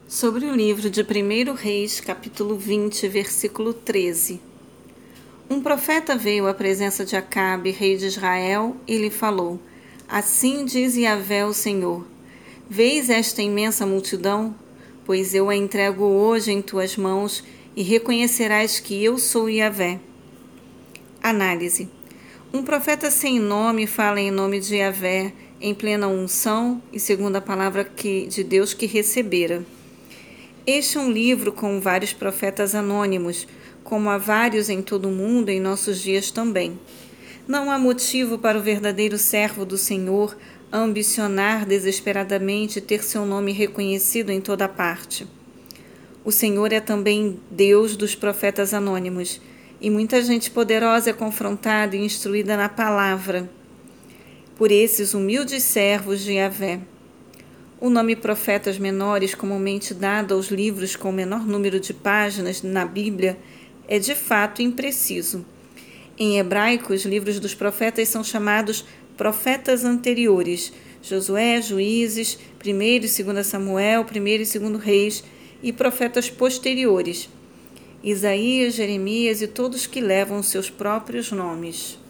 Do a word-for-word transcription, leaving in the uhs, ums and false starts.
Sobre o livro de primeiro Reis, capítulo vinte, versículo treze. Um profeta veio à presença de Acabe, rei de Israel, e lhe falou: Assim diz Yahvé, o Senhor: Vês esta imensa multidão? Pois eu a entrego hoje em tuas mãos, e reconhecerás que eu sou Yahvé. Análise. Um profeta sem nome fala em nome de Yahvé, em plena unção e segundo a palavra que, de Deus que recebera. Este é um livro com vários profetas anônimos, como há vários em todo o mundo em nossos dias também. Não há motivo para o verdadeiro servo do Senhor ambicionar desesperadamente ter seu nome reconhecido em toda parte. O Senhor é também Deus dos profetas anônimos, e muita gente poderosa é confrontada e instruída na palavra por esses humildes servos de Yahvé. O nome profetas menores, comumente dado aos livros com menor número de páginas na Bíblia, é de fato impreciso. Em hebraico, os livros dos profetas são chamados profetas anteriores: Josué, Juízes, primeiro e segundo Samuel, primeiro e segundo Reis, e profetas posteriores: Isaías, Jeremias e todos que levam seus próprios nomes.